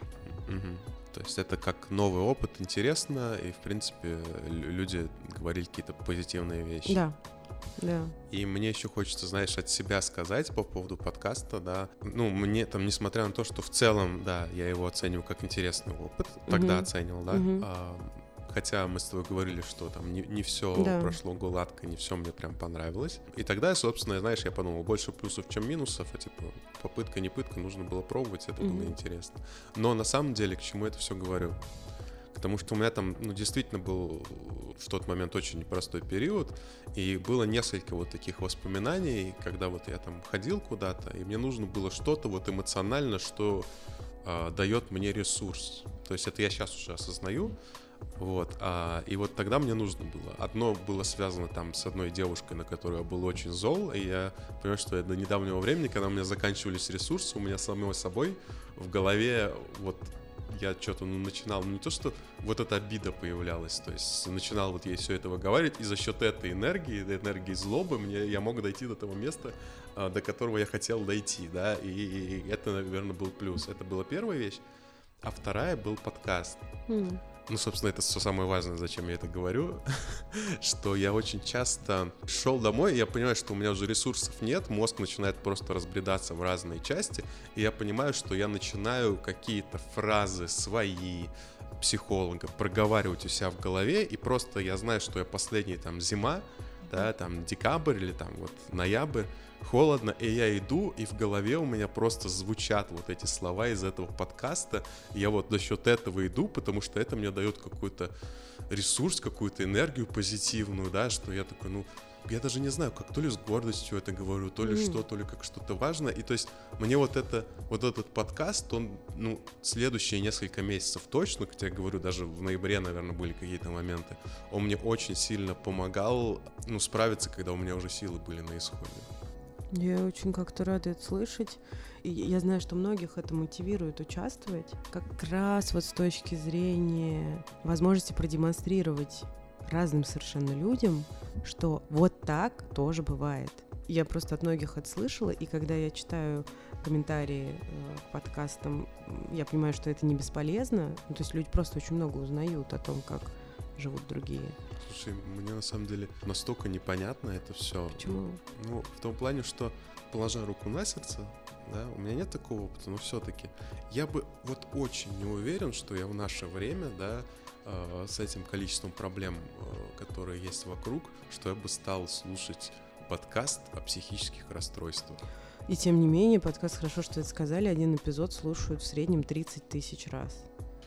Мгм. То есть это как новый опыт, интересно, и, в принципе, лю- люди говорили какие-то позитивные вещи. Да, да. И мне еще хочется, знаешь, от себя сказать по поводу подкаста, да. Ну, мне там, несмотря на то, что в целом, да, я его оцениваю как интересный опыт, тогда Мгм. оценивал, да. Мгм. А, хотя мы с тобой говорили, что там не, не все Да. прошло гладко, не все мне прям понравилось. И тогда, собственно, знаешь, я подумал, больше плюсов, чем минусов, а типа попытка, не пытка, нужно было пробовать, это было Мгм. интересно. Но на самом деле, к чему это все говорю? Потому что у меня там, ну, действительно был в тот момент очень непростой период, и было несколько вот таких воспоминаний, когда вот я там ходил куда-то, и мне нужно было что-то вот эмоционально, что а, дает мне ресурс. То есть это я сейчас уже осознаю, вот, а, и вот тогда мне нужно было. Одно было связано там с одной девушкой, на которую я был очень зол, и я понимаю, что я до недавнего времени, когда у меня заканчивались ресурсы, у меня самого собой в голове вот я что-то ну, начинал, ну не то, что вот эта обида появлялась, то есть начинал вот ей все это выговаривать, и за счет этой энергии, этой энергии злобы, мне, я мог дойти до того места, а, до которого я хотел дойти, да, и, и это, наверное, был плюс. Это была первая вещь, а вторая был подкаст. М. Ну, собственно, это все самое важное, зачем я это говорю, что я очень часто шел домой, и я понимаю, что у меня уже ресурсов нет, мозг начинает просто разбредаться в разные части, и я понимаю, что я начинаю какие-то фразы свои, психолога, проговаривать у себя в голове, и просто я знаю, что я последняя там зима, да, там декабрь или там вот ноябрь, холодно, и я иду, и в голове у меня просто звучат вот эти слова из этого подкаста, и я вот за счет этого иду, потому что это мне дает какой-то ресурс, какую-то энергию позитивную, да, что я такой, ну, я даже не знаю, как то ли с гордостью это говорю, то ли Mm. что, то ли как что-то важное, и то есть мне вот это, вот этот подкаст, он, ну, следующие несколько месяцев точно, хотя я говорю, даже в ноябре, наверное, были какие-то моменты, он мне очень сильно помогал, ну, справиться, когда у меня уже силы были на исходе. Я очень как-то рада это слышать. И я знаю, что многих это мотивирует участвовать. Как раз вот с точки зрения возможности продемонстрировать разным совершенно людям, что вот так тоже бывает. Я просто от многих это слышала, и когда я читаю комментарии э, к подкастам, я понимаю, что это не бесполезно. Ну, то есть люди просто очень много узнают о том, как живут другие. Слушай, мне на самом деле настолько непонятно это все. Почему? Ну, в том плане, что, положа руку на сердце, да, у меня нет такого опыта, но все-таки я бы вот очень не уверен, что я в наше время, да, э, с этим количеством проблем, э, которые есть вокруг, что я бы стал слушать подкаст о психических расстройствах. И тем не менее, подкаст «Хорошо, что это сказали», один эпизод слушают в среднем тридцать тысяч раз.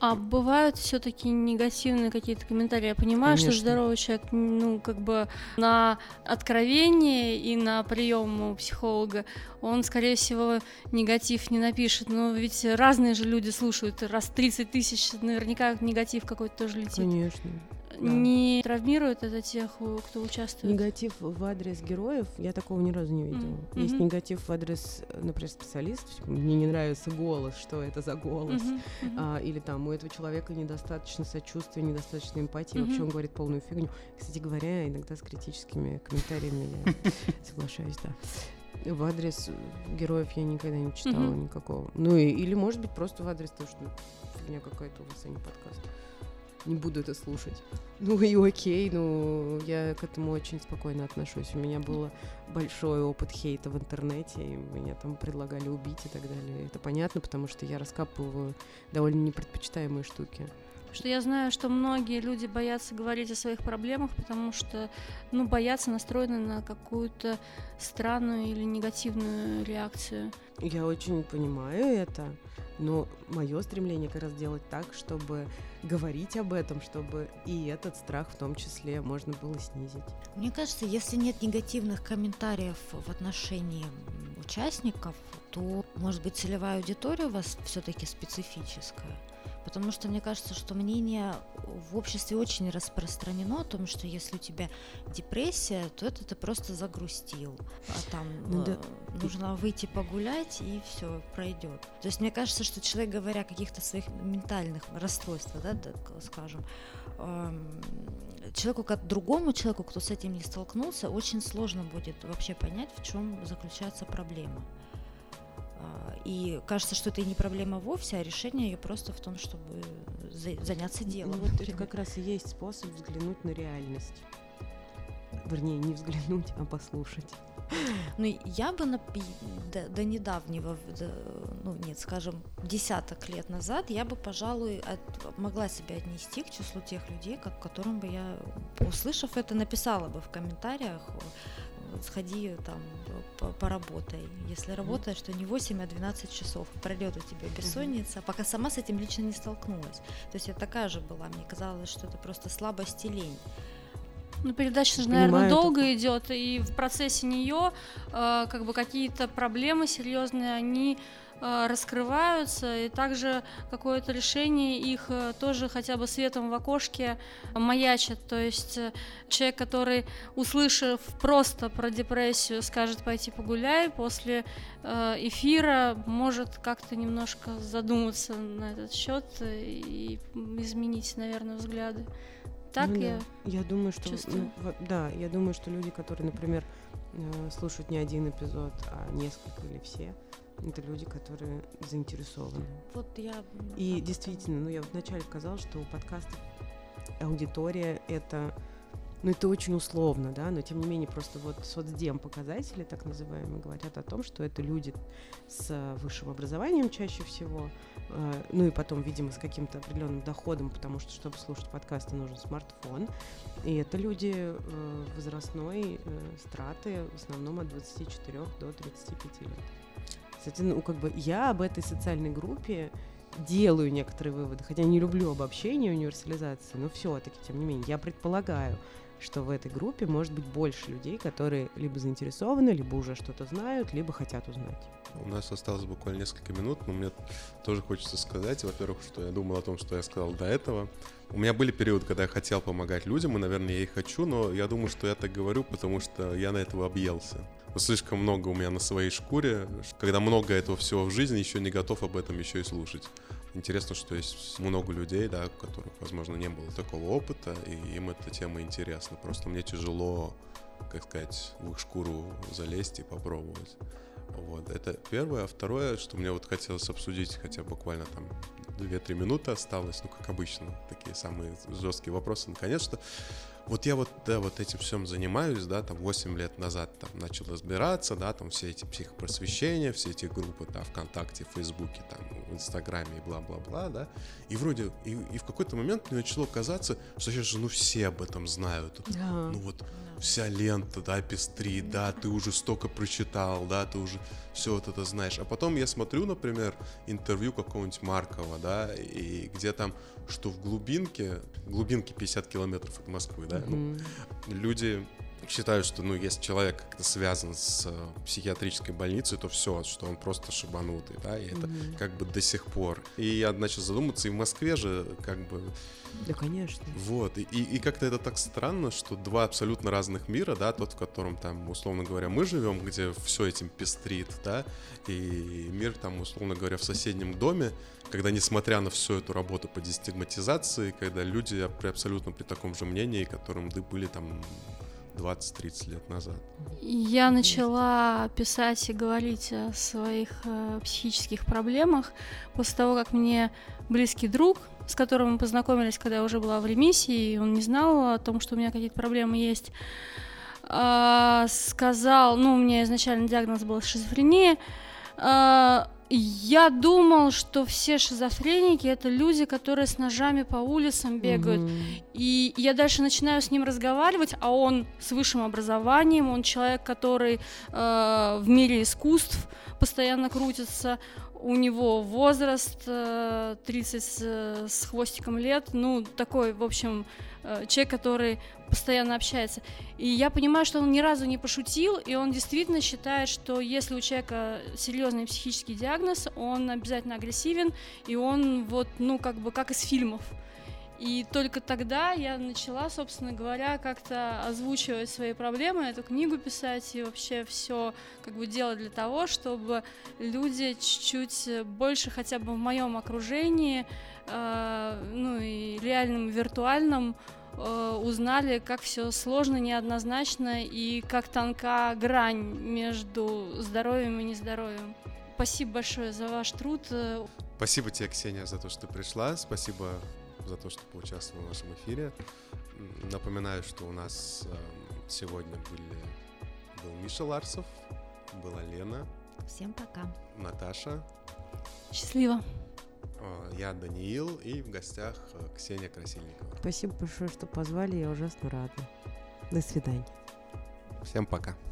А бывают все-таки негативные какие-то комментарии? Я понимаю, Конечно. что здоровый человек, ну, как бы на откровение и на прием у психолога, он, скорее всего, негатив не напишет. Но ведь разные же люди слушают, раз тридцать тысяч, наверняка негатив какой-то тоже летит. Конечно. Да. Не травмирует это тех, кто участвует? Негатив в адрес героев я такого ни разу не видела. Mm-hmm. Есть негатив в адрес, например, специалистов. Типа, мне не нравится голос, что это за голос. Mm-hmm. Mm-hmm. А, или там у этого человека недостаточно сочувствия, недостаточно эмпатии. Mm-hmm. Вообще он говорит полную фигню. Кстати говоря, иногда с критическими комментариями я соглашаюсь, да. В адрес героев я никогда не читала mm-hmm. никакого. Ну и, или, может быть, просто в адрес того, что фигня какая-то у вас, а не подкаст. Не буду это слушать. Ну и окей, ну я к этому очень спокойно отношусь. У меня был большой опыт хейта в интернете, и меня там предлагали убить и так далее. Это понятно, потому что я раскапываю довольно непредпочитаемые штуки. Что я знаю, что многие люди боятся говорить о своих проблемах, потому что, ну, боятся, настроены на какую-то странную или негативную реакцию. Я очень понимаю это, но мое стремление как раз делать так, чтобы говорить об этом, чтобы и этот страх в том числе можно было снизить. Мне кажется, если нет негативных комментариев в отношении участников, то, может быть, целевая аудитория у вас все-таки специфическая. Потому что мне кажется, что мнение в обществе очень распространено о том, что если у тебя депрессия, то это ты просто загрустил. А там ну, да. э, нужно выйти погулять, и все пройдет. То есть мне кажется, что человек, говоря о каких-то своих ментальных расстройствах, да, да, скажем, э, человеку, как другому человеку, кто с этим не столкнулся, очень сложно будет вообще понять, в чем заключается проблема. И кажется, что это и не проблема вовсе, а решение ее просто в том, чтобы заняться делом. Ну, вот это как раз и есть способ взглянуть на реальность. Вернее, не взглянуть, а послушать. Ну, я бы на, до, до недавнего, до, ну, нет, скажем, десяток лет назад, я бы, пожалуй, от, могла себя отнести к числу тех людей, к которым бы я, услышав это, написала бы в комментариях: сходи там, поработай. Если работаешь, то не восемь, а двенадцать часов. Пройдет у тебя бессонница, mm-hmm. пока сама с этим лично не столкнулась. То есть я такая же была. Мне казалось, что это просто слабость и лень. Ну, передача же, наверное, долго это. идет, и в процессе нее э, как бы какие-то проблемы серьезные, они э, раскрываются, и также какое-то решение их э, тоже хотя бы светом в окошке маячит. То есть э, человек, который, услышав просто про депрессию, скажет пойти погуляй, после э, эфира может как-то немножко задуматься на этот счет и изменить, наверное, взгляды. Так ну, я, да. я думаю, что чувствую. Ну, да, я думаю, что люди, которые, например, слушают не один эпизод, а несколько или все, это люди, которые заинтересованы. Вот я. И действительно, ну я вначале сказала, что у подкастов аудитория это, ну это очень условно, да, но тем не менее просто вот соцдем показатели, так называемые, говорят о том, что это люди с высшим образованием чаще всего. Ну и потом, видимо, с каким-то определенным доходом, потому что, чтобы слушать подкасты, нужен смартфон. И это люди э, возрастной э, страты, в основном от двадцати четырёх до тридцати пяти лет. Кстати, ну как бы я об этой социальной группе делаю некоторые выводы, хотя не люблю обобщение, универсализации, но все-таки, тем не менее, я предполагаю, что в этой группе может быть больше людей, которые либо заинтересованы, либо уже что-то знают, либо хотят узнать. У нас осталось буквально несколько минут, но мне тоже хочется сказать, во-первых, что я думал о том, что я сказал до этого. У меня были периоды, когда я хотел помогать людям, и, наверное, я и хочу, но я думаю, что я так говорю, потому что я на этого объелся. Слишком много у меня на своей шкуре, когда много этого всего в жизни, еще не готов об этом еще и слушать. Интересно, что есть много людей, да, у которых, возможно, не было такого опыта, и им эта тема интересна. Просто мне тяжело, как сказать, в их шкуру залезть и попробовать. Вот, это первое. А второе, что мне вот хотелось обсудить, хотя буквально там две-три минуты осталось, ну, как обычно, такие самые жесткие вопросы. Наконец-то вот я вот, да, вот этим всем занимаюсь, да, там восемь лет назад там начал разбираться, да, там все эти психопросвещения, все эти группы, да, ВКонтакте, в Фейсбуке, там, в Инстаграме и бла-бла-бла, да, и вроде, и, и в какой-то момент мне начало казаться, что сейчас же, ну, все об этом знают, Да. ну, вот вся лента, да, пестрит, да, ты уже столько прочитал, да, ты уже все вот это знаешь, а потом я смотрю, например, интервью какого-нибудь Маркова, да, и где там, что в глубинке, глубинке пятьдесят километров от Москвы, да, ну, люди считают, что, ну, если человек как-то связан с э, психиатрической больницей, то все, что он просто шибанутый, да, и это Мгм. как бы до сих пор. И я начал задуматься, и в Москве же как бы Да, конечно. вот, и, и, и как-то это так странно, что два абсолютно разных мира, да, тот, в котором там, условно говоря, мы живем, где все этим пестрит, да, и мир там, условно говоря, в соседнем доме, когда, несмотря на всю эту работу по дестигматизации, когда люди при, абсолютно при таком же мнении, которым да, были там двадцать-тридцать лет назад. Я начала писать и говорить о своих э, психических проблемах после того, как мне близкий друг, с которым мы познакомились, когда я уже была в ремиссии, и он не знал о том, что у меня какие-то проблемы есть, э, сказал, ну, у меня изначально диагноз был шизофрения. э, Я думал, что все шизофреники — это люди, которые с ножами по улицам бегают. Мгм. И я дальше начинаю с ним разговаривать, а он с высшим образованием, он человек, который э, в мире искусств постоянно крутится, у него возраст э, тридцать с, с хвостиком лет, ну, такой, в общем, э, человек, который постоянно общается. И я понимаю, что он ни разу не пошутил, и он действительно считает, что если у человека серьезный психический диагноз, он обязательно агрессивен, и он вот, ну, как бы, как из фильмов. И только тогда я начала, собственно говоря, как-то озвучивать свои проблемы, эту книгу писать и вообще все как бы делать для того, чтобы люди чуть-чуть больше хотя бы в моем окружении, э, ну и реальном, и виртуальном, э, узнали, как все сложно, неоднозначно и как тонка грань между здоровьем и нездоровьем. Спасибо большое за ваш труд. Спасибо тебе, Ксения, за то, что ты пришла. Спасибо за то, что поучаствовала в нашем эфире. Напоминаю, что у нас э, сегодня были, был Миша Ларсов, была Лена, Всем пока. Наташа, Счастливо. э, я Даниил и в гостях э, Ксения Красильникова. Спасибо большое, что позвали, я ужасно рада. До свидания. Всем пока.